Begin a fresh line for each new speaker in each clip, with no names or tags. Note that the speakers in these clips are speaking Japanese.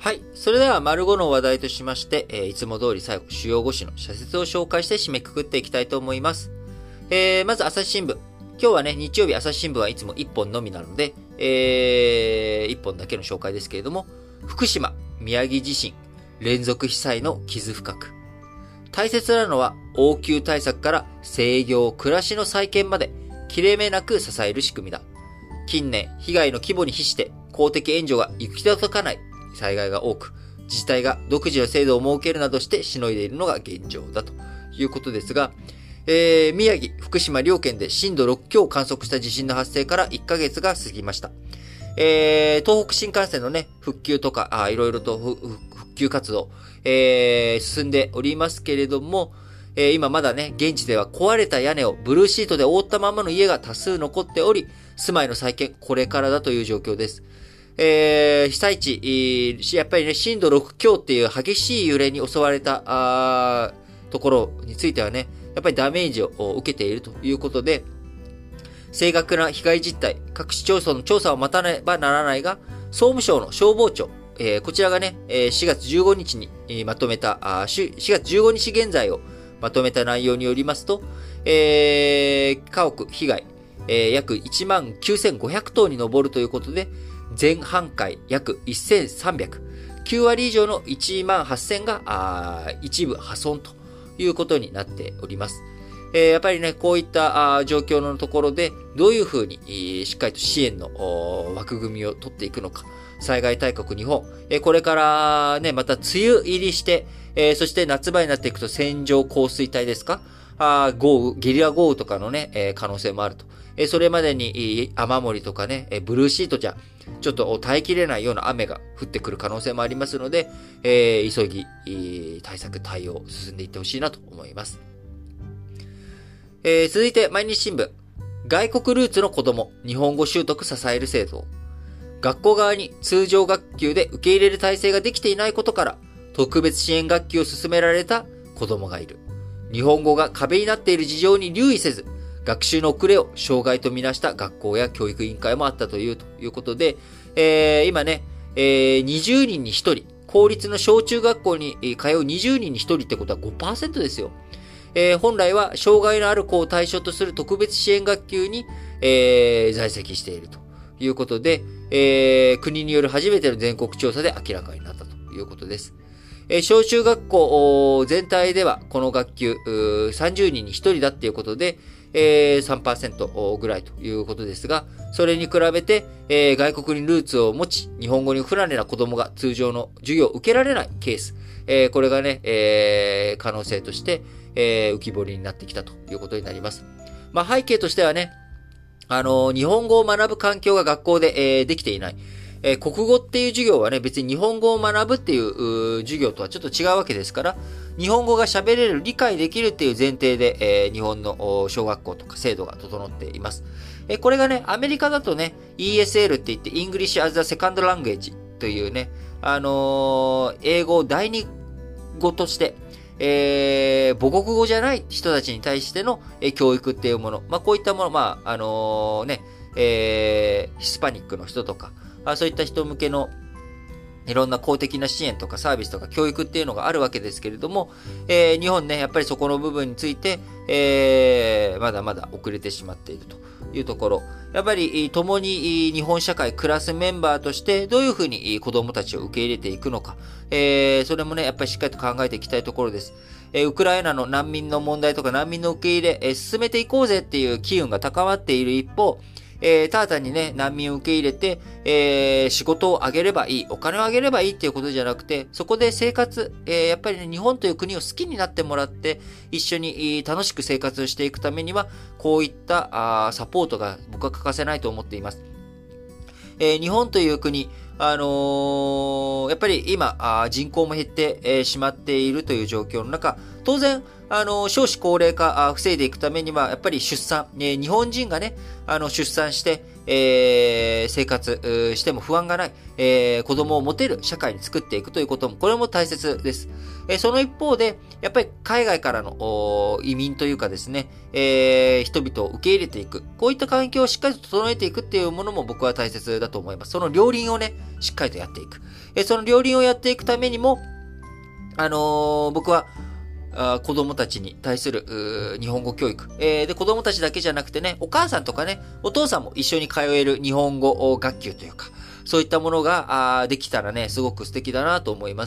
はい。それでは、丸5の話題としまして、いつも通り最後、主要5紙の社説を紹介して締めくくっていきたいと思います。まず、朝日新聞。今日はね、日曜日朝日新聞はいつも1本のみなので、1本だけの紹介ですけれども、福島、宮城地震、連続被災の傷深く。大切なのは、応急対策から制御、暮らしの再建まで、切れ目なく支える仕組みだ。近年、被害の規模に比して、公的援助が行き届かない災害が多く、自治体が独自の制度を設けるなどしてしのいでいるのが現状だということですが、宮城、福島両県で震度6強を観測した地震の発生から1ヶ月が過ぎました。東北新幹線のね、復旧とか、いろいろと復旧活動、進んでおりますけれども、今まだね、現地では壊れた屋根をブルーシートで覆ったままの家が多数残っており、住まいの再建、これからだという状況です。被災地、やっぱりね、震度6強っていう激しい揺れに襲われた、ところについてはね、やっぱりダメージを受けているということで、正確な被害実態、各市町村の調査を待たねばならないが、総務省の消防庁、こちらがね、4月15日にまとめた、4月15日現在をまとめた内容によりますと、家屋被害、約19,500棟に上るということで、全半壊約1,300、9割以上の18,000が一部破損ということになっております。やっぱりね、こういった状況のところで、どういうふうにしっかりと支援の枠組みを取っていくのか。災害大国日本。これからね、また梅雨入りして、そして夏場になっていくと線状降水帯ですか？豪雨、ゲリラ豪雨とかのね、可能性もあると。それまでに雨漏りとかね、ブルーシートじゃ、ちょっと耐えきれないような雨が降ってくる可能性もありますので、急ぎ、対策対応進んでいってほしいなと思います。続いて、毎日新聞。外国ルーツの子供、日本語習得支える制度。学校側に通常学級で受け入れる体制ができていないことから、特別支援学級を進められた子供がいる。日本語が壁になっている事情に留意せず、学習の遅れを障害とみなした学校や教育委員会もあったということで、今ね、20人に1人、公立の小中学校に通う20人に1人ってことは 5% ですよ。本来は障害のある子を対象とする特別支援学級に、在籍しているということで、国による初めての全国調査で明らかになったということです。小中学校全体ではこの学級30人に1人だっていうことで、3% ぐらいということですが、それに比べて、外国にルーツを持ち、日本語に不慣れな子供が通常の授業を受けられないケース。これがね、可能性として、浮き彫りになってきたということになります。まあ背景としてはね、日本語を学ぶ環境が学校で、できていない。国語っていう授業はね、別に日本語を学ぶっていう授業とはちょっと違うわけですから、日本語が喋れる、理解できるっていう前提で、日本の小学校とか制度が整っています。これがね、アメリカだとね、ESL って言って、English as a Second Language というね、英語を第二語として、母国語じゃない人たちに対しての、教育っていうもの。まあ、こういったもの、まあ、ヒスパニックの人とか、そういった人向けのいろんな公的な支援とかサービスとか教育っていうのがあるわけですけれども、日本ね、やっぱりそこの部分について、まだまだ遅れてしまっているというところ。やっぱり共に日本社会暮らすメンバーとしてどういうふうに子供たちを受け入れていくのか、それもね、やっぱりしっかりと考えていきたいところです。ウクライナの難民の問題とか難民の受け入れ、進めていこうぜっていう機運が高まっている一方、ただ単にね、難民を受け入れて、仕事をあげればいい、お金をあげればいいっていうことじゃなくて、そこで生活、やっぱりね、日本という国を好きになってもらって、一緒に楽しく生活をしていくためには、こういったサポートが僕は欠かせないと思っています。日本という国、やっぱり今、人口も減ってしまっているという状況の中、当然、 少子高齢化防いでいくためには、やっぱり出産、日本人がね、出産して、生活しても不安がない、子供を持てる社会に作っていくということも、これも大切です。その一方で、やっぱり海外からの移民というかですね、人々を受け入れていく。こういった環境をしっかりと整えていくっていうものも僕は大切だと思います。その両輪をね、しっかりとやっていく。その両輪をやっていくためにも、僕は、子供たちに対する日本語教育。で、子供たちだけじゃなくてね、お母さんとかね、お父さんも一緒に通える日本語学級というか、そういったものができたらね、すごく素敵だなと思います。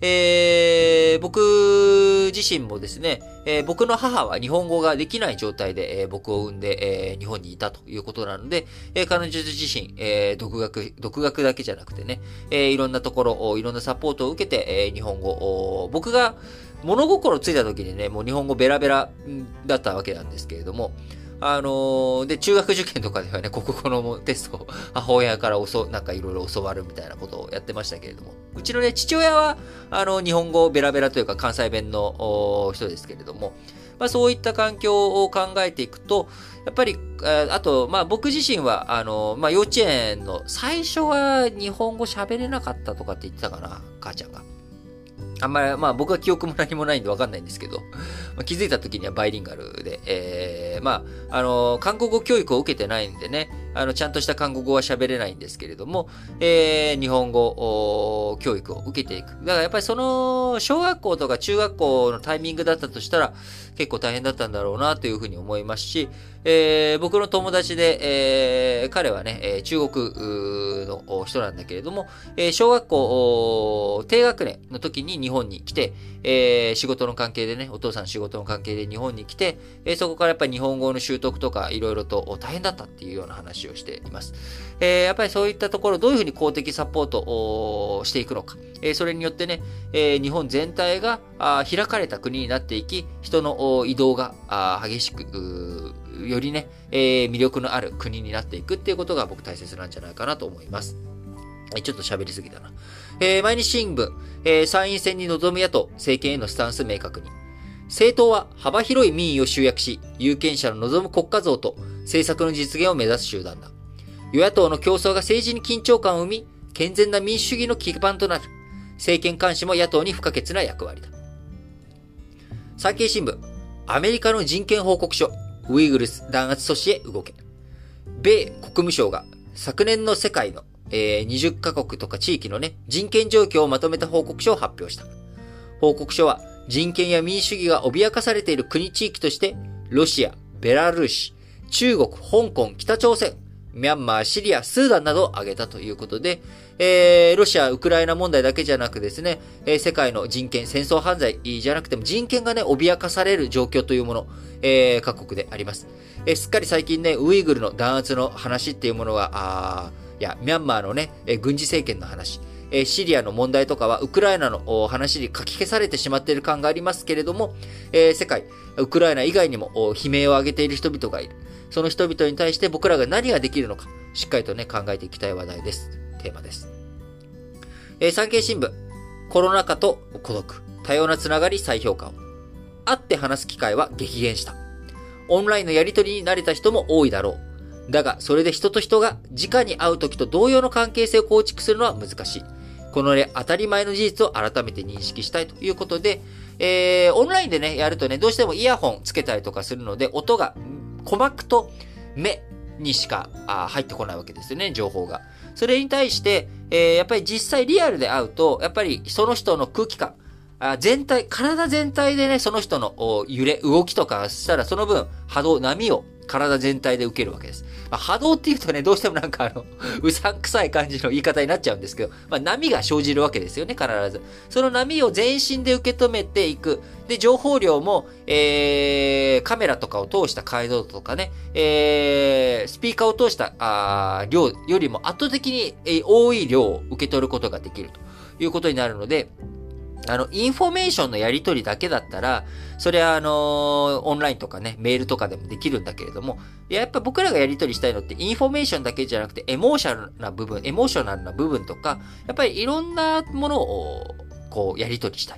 僕自身もですね、僕の母は日本語ができない状態で、僕を産んで、日本にいたということなので、彼女自身、独学だけじゃなくてね、いろんなところ、いろんなサポートを受けて、日本語、僕が物心ついた時にね、もう日本語ベラベラだったわけなんですけれども、で、中学受験とかではね、国語のテストを母親からなんかいろいろ教わるみたいなことをやってましたけれども、うちのね、父親は、日本語ベラベラというか関西弁の人ですけれども、まあそういった環境を考えていくと、やっぱり、あと、まあ僕自身は、まあ幼稚園の最初は日本語喋れなかったとかって言ってたかな、母ちゃんが。あんまり、まあ僕は記憶も何もないんでわかんないんですけど、まあ、気づいた時にはバイリンガルで、まあ、韓国語教育を受けてないんでね、ちゃんとした韓国語は喋れないんですけれども、日本語教育を受けていく。だからやっぱりその、小学校とか中学校のタイミングだったとしたら、結構大変だったんだろうなというふうに思いますし、僕の友達で、彼はね、中国の人なんだけれども、小学校低学年の時に日本に来て、仕事の関係でね、お父さん仕事の関係で日本に来て、そこからやっぱり日本語の習得とかいろいろと大変だったっていうような話をしています。やっぱりそういったところどういうふうに公的サポートをしていくのか。それによってね、日本全体が開かれた国になっていき、人の移動が激しく、よりね、魅力のある国になっていくっていうことが僕大切なんじゃないかなと思います。ちょっと喋りすぎだな。毎日新聞、参院選に臨む野党、政権へのスタンス明確に。政党は幅広い民意を集約し、有権者の望む国家像と政策の実現を目指す集団だ。与野党の競争が政治に緊張感を生み、健全な民主主義の基盤となる。政権監視も野党に不可欠な役割だ。産経新聞、アメリカの人権報告書、ウイグルス弾圧阻止へ動け。米国務省が昨年の世界の、20カ国とか地域のね、人権状況をまとめた報告書を発表した。報告書は人権や民主主義が脅かされている国地域として、ロシア、ベラルーシ、中国、香港、北朝鮮、ミャンマー、シリア、スーダンなどを挙げたということで、ロシア、ウクライナ問題だけじゃなくですね、世界の人権、戦争犯罪じゃなくても人権がね、脅かされる状況というもの、各国であります。すっかり最近ね、ウイグルの弾圧の話っていうものは、ミャンマーのね、軍事政権の話、シリアの問題とかはウクライナの話にかき消されてしまっている感がありますけれども、世界、ウクライナ以外にも悲鳴を上げている人々がいる。その人々に対して僕らが何ができるのか、しっかりとね、考えていきたい話題です。テーマです。産経新聞、コロナ禍と孤独、多様なつながり再評価を。会って話す機会は激減した。オンラインのやり取りに慣れた人も多いだろう。だが、それで人と人が直に会う時と同様の関係性を構築するのは難しい。このね、当たり前の事実を改めて認識したいということで、オンラインでね、やるとね、どうしてもイヤホンつけたりとかするので、音が鼓膜と目にしか入ってこないわけですよね、情報が。それに対して、やっぱり実際リアルで会うと、やっぱりその人の空気感、体全体でね、その人の揺れ、動きとかしたらその分波動、波を体全体で受けるわけです。波動って言うとね、どうしてもなんかうさんくさい感じの言い方になっちゃうんですけど、波が生じるわけですよね、必ず。その波を全身で受け止めていく。で、情報量も、カメラとかを通した解像度とかね、スピーカーを通した量よりも圧倒的に多い量を受け取ることができるということになるので、インフォメーションのやり取りだけだったら、それはオンラインとかね、メールとかでもできるんだけれども、やっぱ僕らがやり取りしたいのって、インフォメーションだけじゃなくて、エモーショナルな部分とか、やっぱりいろんなものを、こう、やり取りしたい。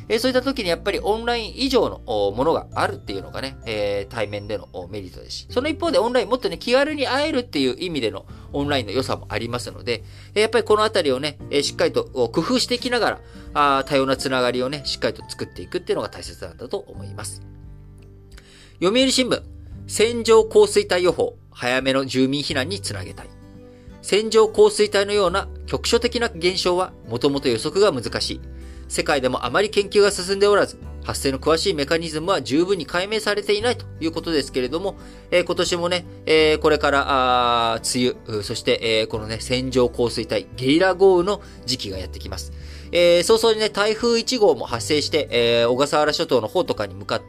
そういった時にやっぱりオンライン以上のものがあるっていうのがね、対面でのメリットですし、その一方でオンラインもっとね、気軽に会えるっていう意味でのオンラインの良さもありますので、やっぱりこのあたりをね、しっかりと工夫していきながら、多様なつながりをね、しっかりと作っていくっていうのが大切なんだと思います。読売新聞、線状降水帯予報、早めの住民避難につなげたい。線状降水帯のような局所的な現象はもともと予測が難しい。世界でもあまり研究が進んでおらず、発生の詳しいメカニズムは十分に解明されていないということですけれども、今年もね、これから梅雨、そして、このね、線状降水帯、ゲリラ豪雨の時期がやってきます。早々にね、台風1号も発生して、小笠原諸島の方とかに向かって、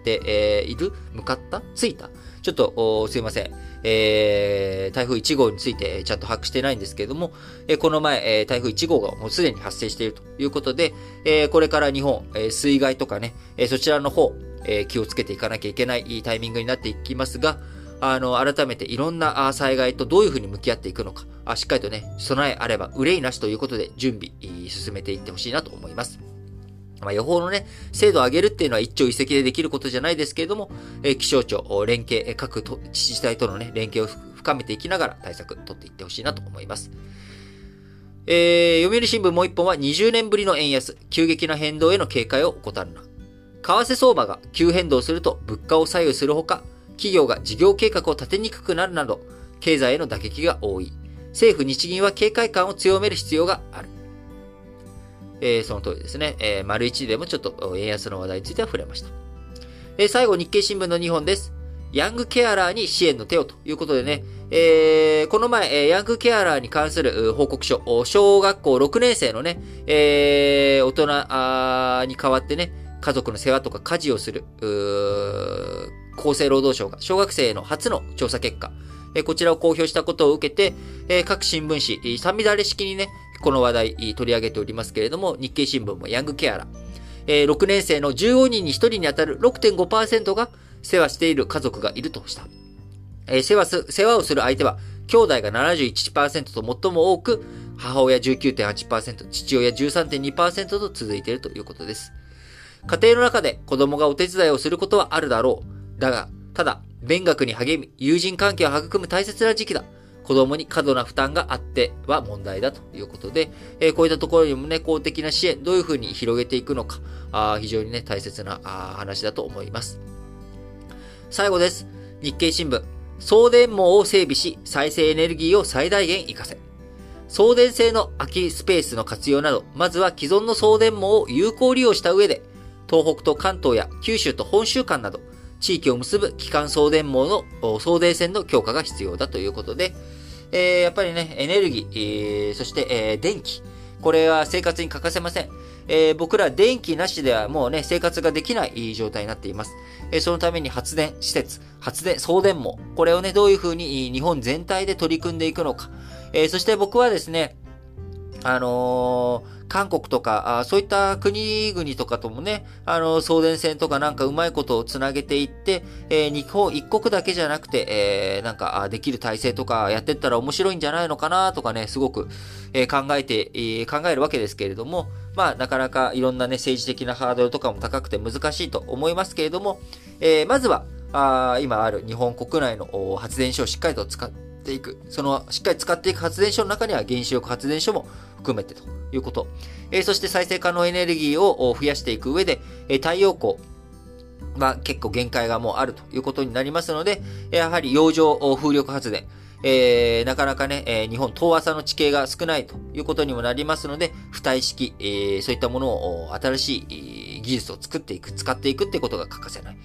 着いたちょっと、すいません。台風1号についてちゃんと把握してないんですけれども、この前、台風1号がもうすでに発生しているということで、これから日本、水害とかね、そちらの方、気をつけていかなきゃいけないタイミングになっていきますが、改めていろんな災害とどういうふうに向き合っていくのか、しっかりとね、備えあれば憂いなしということで準備、進めていってほしいなと思います。予報のね、精度を上げるっていうのは一朝一夕でできることじゃないですけれども、気象庁、連携、各自治体とのね、連携を深めていきながら対策取っていってほしいなと思います。読売新聞もう一本は20年ぶりの円安、急激な変動への警戒を怠るな。為替相場が急変動すると物価を左右するほか、企業が事業計画を立てにくくなるなど、経済への打撃が多い。政府・日銀は警戒感を強める必要がある。その通りですね。丸一でもちょっと円安の話題については触れました。最後、日経新聞の2本です。ヤングケアラーに支援の手をということでね、この前、ヤングケアラーに関する報告書、小学校6年生のね、大人に代わってね、家族の世話とか家事をする、厚生労働省が小学生の初の調査結果、こちらを公表したことを受けて、各新聞紙、三乱れ式にね、この話題取り上げておりますけれども、日経新聞もヤングケアラー、6年生の15人に1人に当たる 6.5% が世話している家族がいるとした。世話をする相手は、兄弟が 71% と最も多く、母親 19.8%、父親 13.2% と続いているということです。家庭の中で子供がお手伝いをすることはあるだろう。だが、ただ、勉学に励み、友人関係を育む大切な時期だ。子供に過度な負担があっては問題だということで、こういったところにもね、公的な支援、どういうふうに広げていくのか、非常にね、大切な話だと思います。最後です。日経新聞。送電網を整備し、再生エネルギーを最大限活かせ。送電性の空きスペースの活用など、まずは既存の送電網を有効利用した上で、東北と関東や九州と本州間など、地域を結ぶ基幹送電網の送電線の強化が必要だということで、やっぱりね、エネルギー、そして、電気。これは生活に欠かせません。僕ら電気なしではもうね、生活ができない状態になっています。そのために発電施設、送電網。これをね、どういうふうに日本全体で取り組んでいくのか。そして僕はですね、韓国とか、そういった国々とかともね、送電線とかなんかうまいことをつなげていって、日本一国だけじゃなくて、なんかできる体制とかやってったら面白いんじゃないのかなとかね、すごく、考えるわけですけれども、まあ、なかなかいろんなね、政治的なハードルとかも高くて難しいと思いますけれども、まずは、今ある日本国内の発電所をしっかりと使っていく。その、しっかり使っていく発電所の中には原子力発電所も含めてということ。そして再生可能エネルギーを増やしていく上で、太陽光は結構限界がもうあるということになりますので、やはり洋上風力発電、なかなかね、日本遠浅の地形が少ないということにもなりますので、浮体式、そういったものを新しい技術を使っていくってことが欠かせない。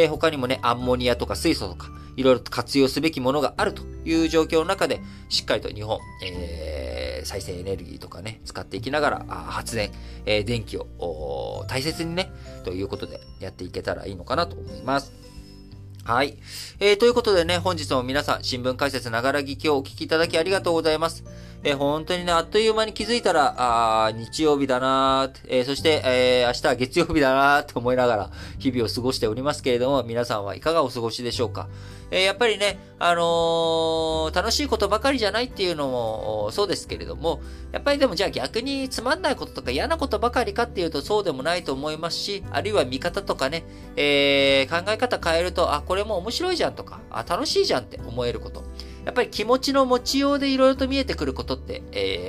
他にもね、アンモニアとか水素とか、いろいろと活用すべきものがあるという状況の中で、しっかりと日本、再生エネルギーとかね、使っていきながら、発電、電気を大切にね、ということでやっていけたらいいのかなと思います。はい。ということでね、本日も皆さん、新聞解説ながら聞きをお聞きいただきありがとうございます。 本当にね、あっという間に気づいたら、日曜日だなー、そして、明日は月曜日だなーと思いながら日々を過ごしておりますけれども、皆さんはいかがお過ごしでしょうか。やっぱりね、楽しいことばかりじゃないっていうのもそうですけれども、やっぱりでもじゃあ逆につまんないこととか嫌なことばかりかっていうとそうでもないと思いますし、あるいは見方とかね、考え方変えると、これも面白いじゃんとか、楽しいじゃんって思えること。やっぱり気持ちの持ちようでいろいろと見えてくることって、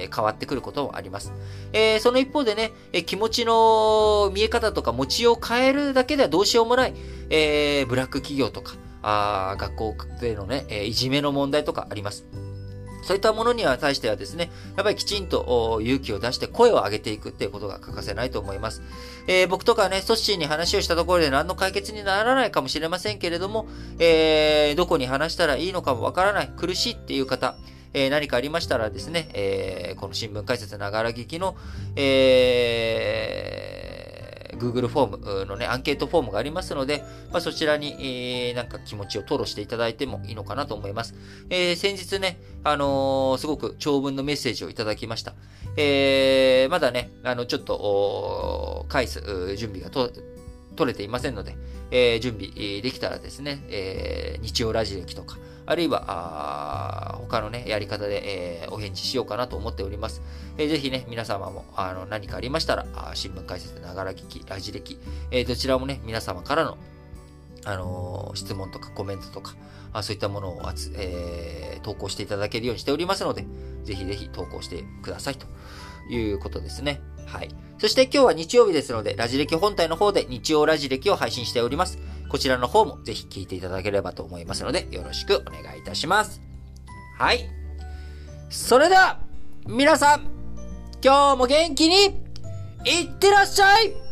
変わってくることもあります。その一方でね、気持ちの見え方とか持ちようを変えるだけではどうしようもない、ブラック企業とか、学校でのね、いじめの問題とかあります。そういったものには対してはですね、やっぱりきちんと勇気を出して声を上げていくっていうことが欠かせないと思います。僕とかね、ソッシーに話をしたところで何の解決にならないかもしれませんけれども、どこに話したらいいのかもわからない、苦しいっていう方、何かありましたらですね、この新聞解説ながら聞きの、Google フォームのね、アンケートフォームがありますので、そちらに、なんか気持ちを吐露していただいてもいいのかなと思います。先日ね、すごく長文のメッセージをいただきました。まだね、ちょっと、返す準備が取れていませんので、準備できたらですね、日曜ラジ歴とか、あるいは、他のね、やり方で、お返事しようかなと思っております。ぜひね、皆様も、何かありましたら、新聞解説、ながら聞き、ラジ歴、どちらもね、皆様からの、質問とかコメントとか、そういったものを投稿していただけるようにしておりますので、ぜひぜひ投稿してくださいということですね。はい。そして今日は日曜日ですので、ラジ歴本体の方で日曜ラジ歴を配信しております。こちらの方もぜひ聞いていただければと思いますので、よろしくお願いいたします。はい。それでは、皆さん、今日も元気に、いってらっしゃい。